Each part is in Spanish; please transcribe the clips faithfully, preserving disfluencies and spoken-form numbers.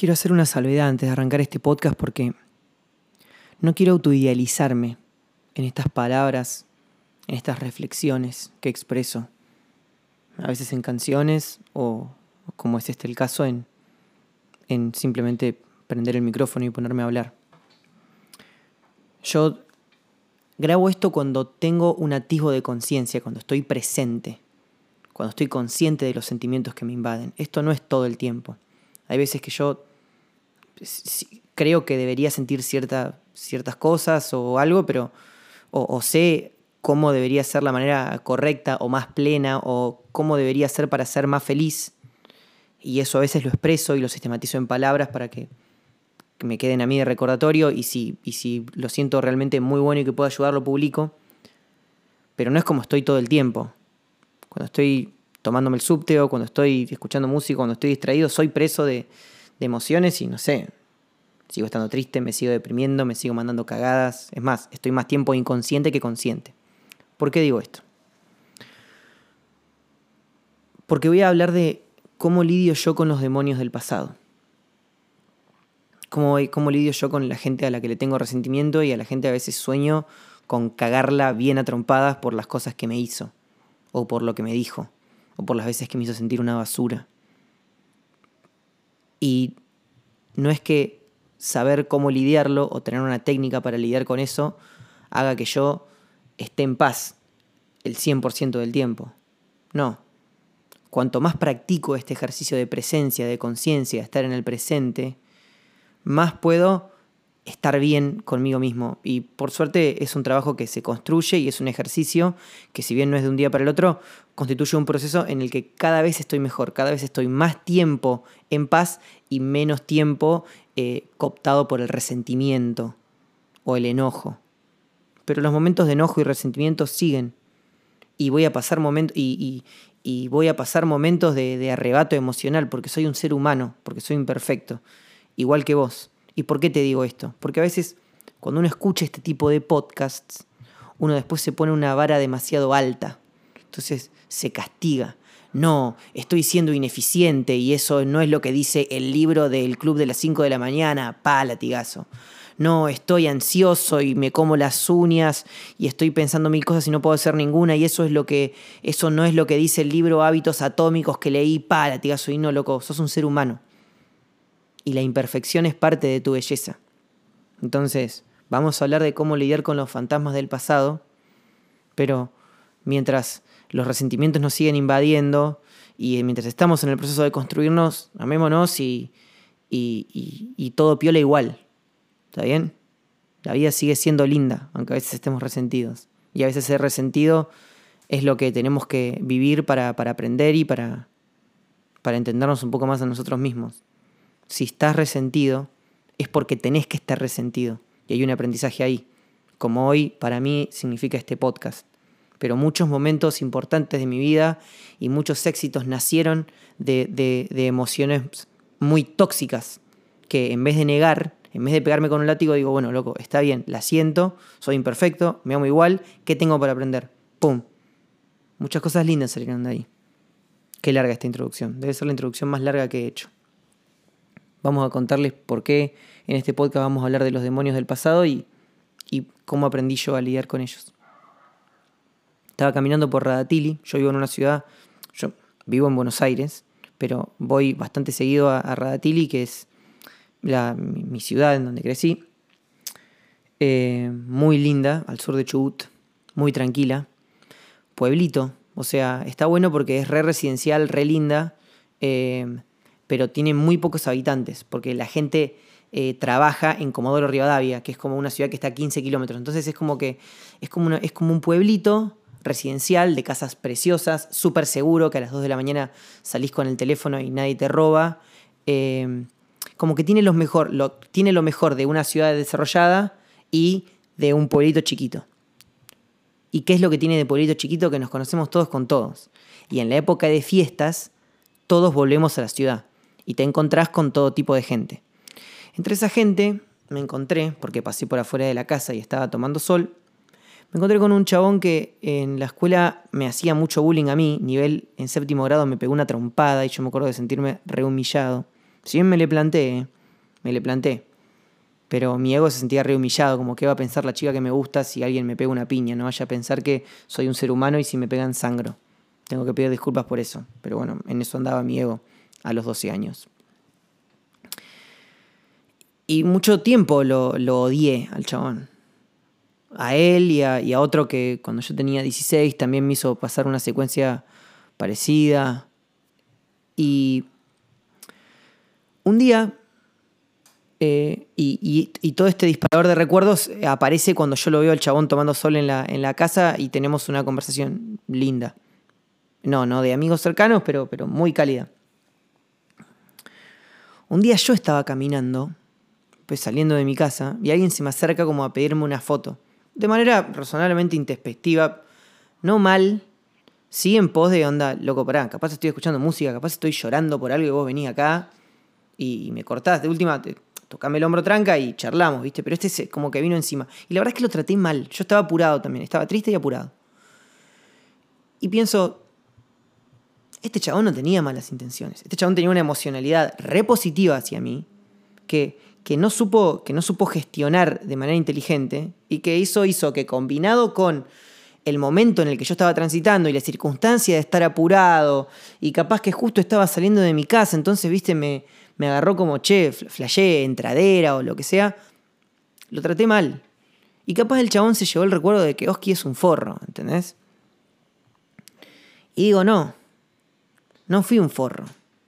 Quiero hacer una salvedad antes de arrancar este podcast porque no quiero autoidealizarme en estas palabras, en estas reflexiones que expreso, a veces en canciones o, como es este el caso, en, en simplemente prender el micrófono y ponerme a hablar. Yo grabo esto cuando tengo un atisbo de conciencia, cuando estoy presente, cuando estoy consciente de los sentimientos que me invaden. Esto no es todo el tiempo. Hay veces que yo creo que debería sentir cierta, ciertas cosas o algo, pero o, o sé cómo debería ser la manera correcta o más plena o cómo debería ser para ser más feliz. Y eso a veces lo expreso y lo sistematizo en palabras para que, que me queden a mí de recordatorio y si, y si lo siento realmente muy bueno y que pueda ayudar, lo publico. Pero no es como estoy todo el tiempo. Cuando estoy tomándome el subte o cuando estoy escuchando música, cuando estoy distraído, soy preso de, de emociones y no sé, sigo estando triste, me sigo deprimiendo, me sigo mandando cagadas. Es más, estoy más tiempo inconsciente que consciente. ¿Por qué digo esto? Porque voy a hablar de cómo lidio yo con los demonios del pasado. Cómo, cómo lidio yo con la gente a la que le tengo resentimiento y a la gente a veces sueño con cagarla bien a trompadas por las cosas que me hizo, o por lo que me dijo, o por las veces que me hizo sentir una basura. Y no es que saber cómo lidiarlo o tener una técnica para lidiar con eso haga que yo esté en paz el cien por ciento del tiempo. No. Cuanto más practico este ejercicio de presencia, de conciencia, de estar en el presente, más puedo estar bien conmigo mismo. Y por suerte es un trabajo que se construye y es un ejercicio que, si bien no es de un día para el otro, constituye un proceso en el que cada vez estoy mejor, cada vez estoy más tiempo en paz y menos tiempo eh, cooptado por el resentimiento o el enojo. Pero los momentos de enojo y resentimiento siguen. Y voy a pasar momentos y, y, y voy a pasar momentos de, de arrebato emocional porque soy un ser humano, porque soy imperfecto, igual que vos. ¿Y por qué te digo esto? Porque a veces cuando uno escucha este tipo de podcasts, uno después se pone una vara demasiado alta. Entonces se castiga. No, estoy siendo ineficiente y eso no es lo que dice el libro del club de las cinco de la mañana. Pa, latigazo. No, estoy ansioso y me como las uñas y estoy pensando mil cosas y no puedo hacer ninguna y eso es lo que, eso no es lo que dice el libro Hábitos Atómicos que leí. Pa, latigazo. Y no, loco, sos un ser humano. Y la imperfección es parte de tu belleza. Entonces, vamos a hablar de cómo lidiar con los fantasmas del pasado, pero mientras los resentimientos nos siguen invadiendo y mientras estamos en el proceso de construirnos, amémonos y, y, y, y todo piola igual. ¿Está bien? La vida sigue siendo linda, aunque a veces estemos resentidos. Y a veces ser resentido es lo que tenemos que vivir para, para aprender y para, para entendernos un poco más a nosotros mismos. Si estás resentido, es porque tenés que estar resentido. Y hay un aprendizaje ahí. Como hoy, para mí, significa este podcast. Pero muchos momentos importantes de mi vida y muchos éxitos nacieron de, de, de emociones muy tóxicas. Que en vez de negar, en vez de pegarme con un látigo, digo, bueno, loco, está bien, la siento, soy imperfecto, me amo igual, ¿qué tengo para aprender? ¡Pum! Muchas cosas lindas salieron de ahí. Qué larga esta introducción. Debe ser la introducción más larga que he hecho. Vamos a contarles por qué en este podcast vamos a hablar de los demonios del pasado y, y cómo aprendí yo a lidiar con ellos. Estaba caminando por Radatili, yo vivo en una ciudad, yo vivo en Buenos Aires, pero voy bastante seguido a, a Radatili, que es la, mi, mi ciudad en donde crecí. Eh, muy linda, al sur de Chubut, muy tranquila. Pueblito, o sea, está bueno porque es re residencial, re linda, eh, pero tiene muy pocos habitantes, porque la gente eh, trabaja en Comodoro Rivadavia, que es como una ciudad que está a quince kilómetros. Entonces es como que es como, una, es como un pueblito residencial de casas preciosas, súper seguro, que a las dos de la mañana salís con el teléfono y nadie te roba. Eh, como que tiene lo mejor, lo, tiene lo mejor de una ciudad desarrollada y de un pueblito chiquito. ¿Y qué es lo que tiene de pueblito chiquito? Que nos conocemos todos con todos. Y en la época de fiestas, todos volvemos a la ciudad. Y te encontrás con todo tipo de gente. Entre esa gente me encontré, porque pasé por afuera de la casa y estaba tomando sol, me encontré con un chabón que en la escuela me hacía mucho bullying a mí, nivel en séptimo grado me pegó una trompada y yo me acuerdo de sentirme re humillado. Si bien me le planté, ¿eh? me le planté. Pero mi ego se sentía re humillado, como que va a pensar la chica que me gusta si alguien me pega una piña, no vaya a pensar que soy un ser humano y si me pegan sangro. Tengo que pedir disculpas por eso. Pero bueno, en eso andaba mi ego a los doce años. Y mucho tiempo lo, lo odié al chabón. A él y a, y a otro que cuando yo tenía dieciséis también me hizo pasar una secuencia parecida. Y un día... Eh, y, y, y todo este disparador de recuerdos aparece cuando yo lo veo al chabón tomando sol en la, en la casa y tenemos una conversación linda. No, no de amigos cercanos, pero, pero muy cálida. Un día yo estaba caminando, pues saliendo de mi casa, y alguien se me acerca como a pedirme una foto. De manera razonablemente introspectiva, no mal, sí en pos de onda, loco, pará, capaz estoy escuchando música, capaz estoy llorando por algo y vos venís acá y, y me cortás de última... Te, tocame el hombro tranca y charlamos, ¿viste? Pero este es como que vino encima. Y la verdad es que lo traté mal. Yo estaba apurado también. Estaba triste y apurado. Y pienso, este chabón no tenía malas intenciones. Este chabón tenía una emocionalidad re positiva hacia mí que, que, no supo, que no supo gestionar de manera inteligente y que eso hizo que combinado con el momento en el que yo estaba transitando y la circunstancia de estar apurado y capaz que justo estaba saliendo de mi casa, entonces, ¿viste? Me... me agarró como, che, flashé, entradera o lo que sea, lo traté mal. Y capaz el chabón se llevó el recuerdo de que Oski es un forro, ¿entendés? Y digo, no, no fui un forro.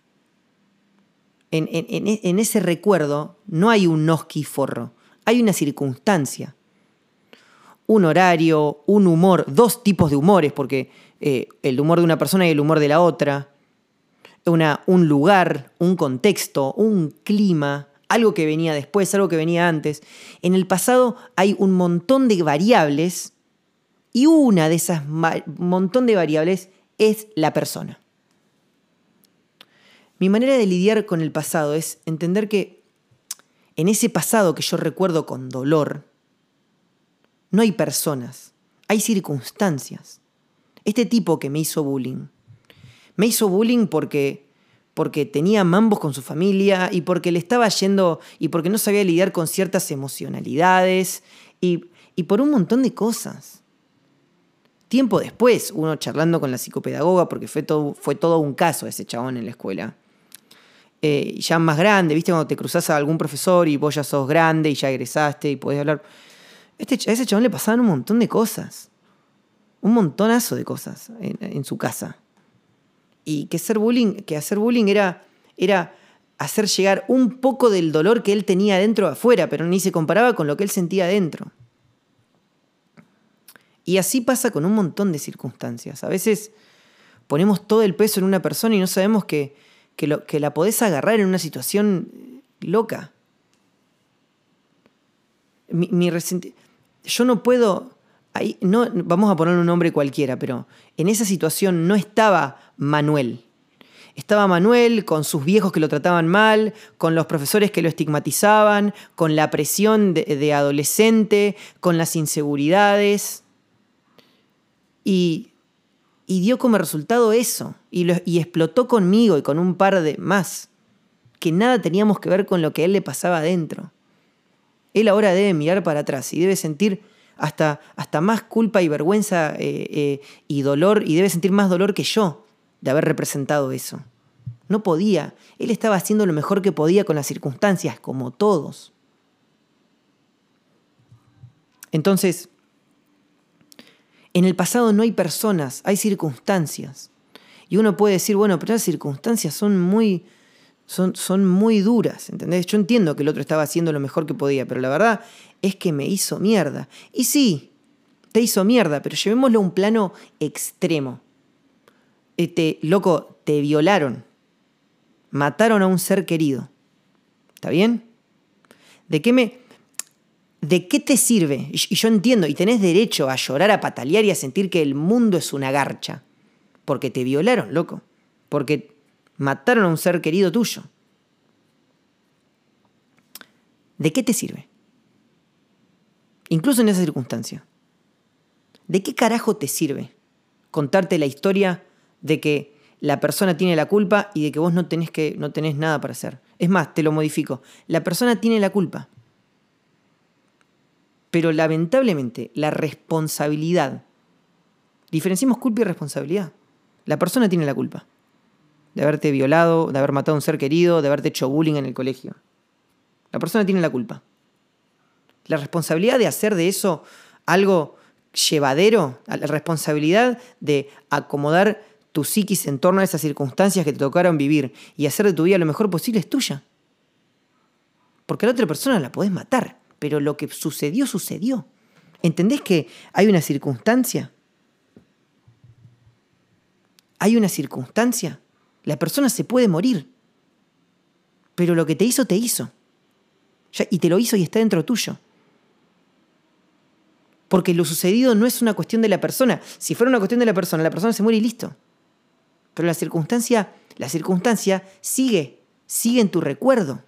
En, en, en ese recuerdo no hay un Oski forro, hay una circunstancia. Un horario, un humor, dos tipos de humores, porque eh, el humor de una persona y el humor de la otra. Una, un lugar, un contexto, un clima, algo que venía después, algo que venía antes. En el pasado hay un montón de variables y una de esas ma- montón de variables es la persona. Mi manera de lidiar con el pasado es entender que en ese pasado que yo recuerdo con dolor, no hay personas, hay circunstancias. Este tipo que me hizo bullying, me hizo bullying porque, porque tenía mambos con su familia y porque le estaba yendo y porque no sabía lidiar con ciertas emocionalidades y, y por un montón de cosas. Tiempo después, uno charlando con la psicopedagoga, porque fue todo, fue todo un caso ese chabón en la escuela. Eh, ya más grande, ¿viste? Cuando te cruzás a algún profesor y vos ya sos grande y ya egresaste y podés hablar. Este, a ese chabón le pasaban un montón de cosas. Un montonazo de cosas en, en su casa. Y que hacer bullying, que hacer bullying era, era hacer llegar un poco del dolor que él tenía dentro afuera, pero ni se comparaba con lo que él sentía dentro. Y así pasa con un montón de circunstancias. A veces ponemos todo el peso en una persona y no sabemos que, que, lo, que la podés agarrar en una situación loca. Mi, mi resenti- Yo no puedo... Ahí, no, vamos a poner un nombre cualquiera, pero en esa situación no estaba Manuel. Estaba Manuel con sus viejos que lo trataban mal, con los profesores que lo estigmatizaban, con la presión de, de adolescente, con las inseguridades. Y, y dio como resultado eso. Y, lo, y explotó conmigo y con un par de más. Que nada teníamos que ver con lo que a él le pasaba adentro. Él ahora debe mirar para atrás y debe sentir hasta, hasta más culpa y vergüenza eh, eh, y dolor, y debe sentir más dolor que yo de haber representado eso. No podía. Él estaba haciendo lo mejor que podía con las circunstancias, como todos. Entonces, en el pasado no hay personas, hay circunstancias. Y uno puede decir, bueno, pero las circunstancias son muy, son, son muy duras, ¿entendés? Yo entiendo que el otro estaba haciendo lo mejor que podía, pero la verdad es que me hizo mierda. Y sí, te hizo mierda, pero llevémoslo a un plano extremo. Este, loco, te violaron. Mataron a un ser querido. ¿Está bien? ¿De qué me... ¿De qué te sirve? Y yo entiendo, y tenés derecho a llorar, a patalear y a sentir que el mundo es una garcha. Porque te violaron, loco. Porque mataron a un ser querido tuyo. ¿De qué te sirve? Incluso en esa circunstancia. ¿De qué carajo te sirve contarte la historia de que la persona tiene la culpa y de que vos no tenés, que, no tenés nada para hacer? Es más, te lo modifico. La persona tiene la culpa. Pero lamentablemente, la responsabilidad, diferenciemos culpa y responsabilidad. La persona tiene la culpa de haberte violado, de haber matado a un ser querido, de haberte hecho bullying en el colegio. La persona tiene la culpa. La responsabilidad de hacer de eso algo llevadero, la responsabilidad de acomodar tu psiquis en torno a esas circunstancias que te tocaron vivir y hacer de tu vida lo mejor posible es tuya. Porque a la otra persona la podés matar, pero lo que sucedió, sucedió. ¿Entendés que hay una circunstancia? Hay una circunstancia. La persona se puede morir, pero lo que te hizo, te hizo. Ya, y te lo hizo y está dentro tuyo. Porque lo sucedido no es una cuestión de la persona. Si fuera una cuestión de la persona, la persona se muere y listo. Pero la circunstancia, la circunstancia sigue, sigue en tu recuerdo.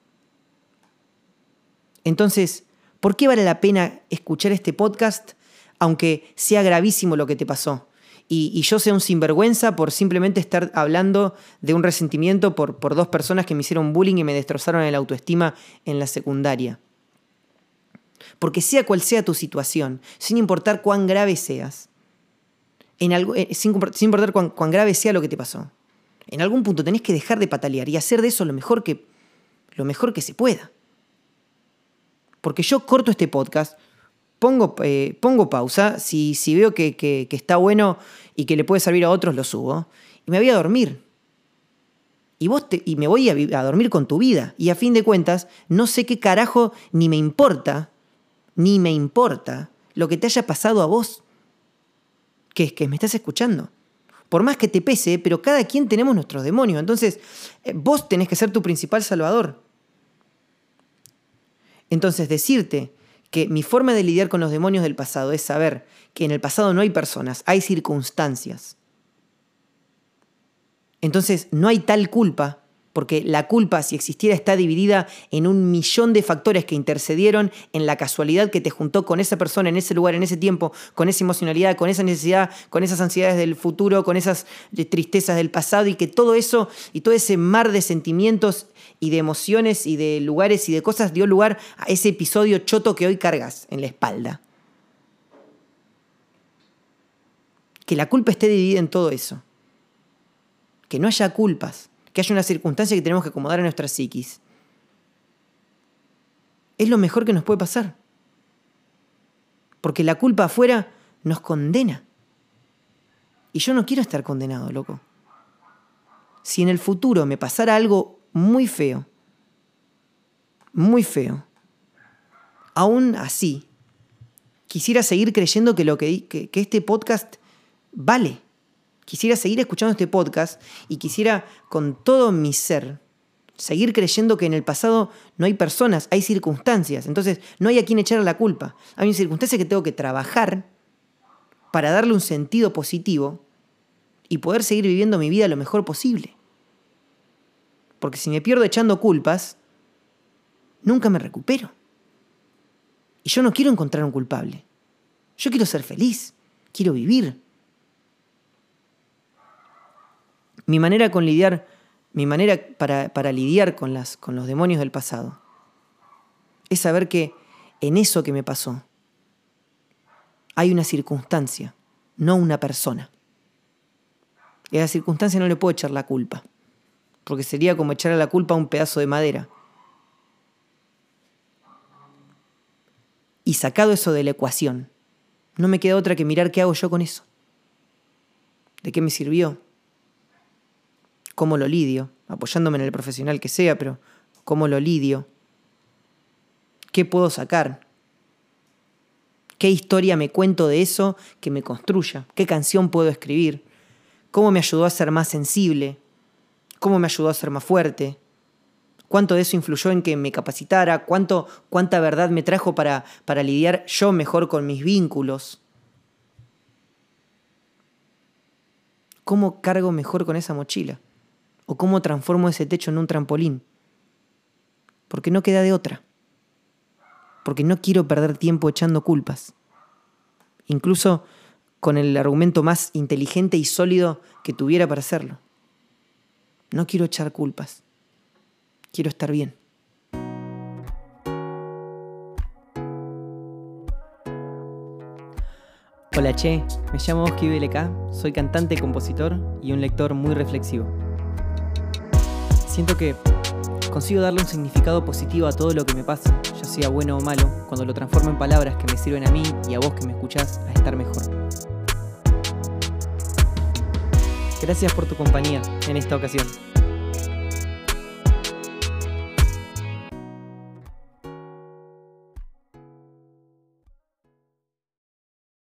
Entonces, ¿por qué vale la pena escuchar este podcast aunque sea gravísimo lo que te pasó? Y, y yo sea un sinvergüenza por simplemente estar hablando de un resentimiento por, por dos personas que me hicieron bullying y me destrozaron el autoestima en la secundaria. Porque sea cual sea tu situación, sin importar cuán grave seas, en algo, eh, sin, sin importar cuán, cuán grave sea lo que te pasó, en algún punto tenés que dejar de patalear y hacer de eso lo mejor que, lo mejor que se pueda. Porque yo corto este podcast, pongo, eh, pongo pausa, si, si veo que, que, que está bueno y que le puede servir a otros, lo subo, y me voy a dormir. Y, vos te, y me voy a, a dormir con tu vida. Y a fin de cuentas, no sé qué carajo ni me importa, ni me importa lo que te haya pasado a vos, que es que me estás escuchando. Por más que te pese, pero cada quien tenemos nuestros demonios. Entonces, eh, vos tenés que ser tu principal salvador. Entonces, decirte que mi forma de lidiar con los demonios del pasado es saber que en el pasado no hay personas, hay circunstancias. Entonces, no hay tal culpa, porque la culpa, si existiera, está dividida en un millón de factores que intercedieron en la casualidad que te juntó con esa persona, en ese lugar, en ese tiempo, con esa emocionalidad, con esa necesidad, con esas ansiedades del futuro, con esas tristezas del pasado, y que todo eso y todo ese mar de sentimientos y de emociones y de lugares y de cosas dio lugar a ese episodio choto que hoy cargas en la espalda. Que la culpa esté dividida en todo eso. Que no haya culpas. Que haya una circunstancia que tenemos que acomodar a nuestra psiquis. Es lo mejor que nos puede pasar. Porque la culpa afuera nos condena. Y yo no quiero estar condenado, loco. Si en el futuro me pasara algo muy feo, muy feo, aún así, quisiera seguir creyendo que, lo que, que, que este podcast vale. Quisiera seguir escuchando este podcast y quisiera con todo mi ser seguir creyendo que en el pasado no hay personas, hay circunstancias. Entonces no hay a quien echar la culpa. Hay una circunstancia que tengo que trabajar para darle un sentido positivo y poder seguir viviendo mi vida lo mejor posible. Porque si me pierdo echando culpas, nunca me recupero. Y yo no quiero encontrar un culpable. Yo quiero ser feliz, quiero vivir. Mi manera con lidiar, mi manera para, para lidiar con, las, con los demonios del pasado es saber que en eso que me pasó hay una circunstancia, no una persona. Y a la circunstancia no le puedo echar la culpa, porque sería como echarle la culpa a un pedazo de madera. Y sacado eso de la ecuación, no me queda otra que mirar qué hago yo con eso. ¿De qué me sirvió? ¿Cómo lo lidio? Apoyándome en el profesional que sea, pero ¿cómo lo lidio? ¿Qué puedo sacar? ¿Qué historia me cuento de eso que me construya? ¿Qué canción puedo escribir? ¿Cómo me ayudó a ser más sensible? ¿Cómo me ayudó a ser más fuerte? ¿Cuánto de eso influyó en que me capacitara? ¿Cuánto, cuánta verdad me trajo para, para lidiar yo mejor con mis vínculos? ¿Cómo cargo mejor con esa mochila? ¿O cómo transformo ese techo en un trampolín? Porque no queda de otra. Porque no quiero perder tiempo echando culpas. Incluso con el argumento más inteligente y sólido que tuviera para hacerlo. No quiero echar culpas. Quiero estar bien. Hola che, me llamo Oski B L K, soy cantante, compositor y un lector muy reflexivo. Siento que consigo darle un significado positivo a todo lo que me pasa, ya sea bueno o malo, cuando lo transformo en palabras que me sirven a mí y a vos que me escuchás a estar mejor. Gracias por tu compañía en esta ocasión.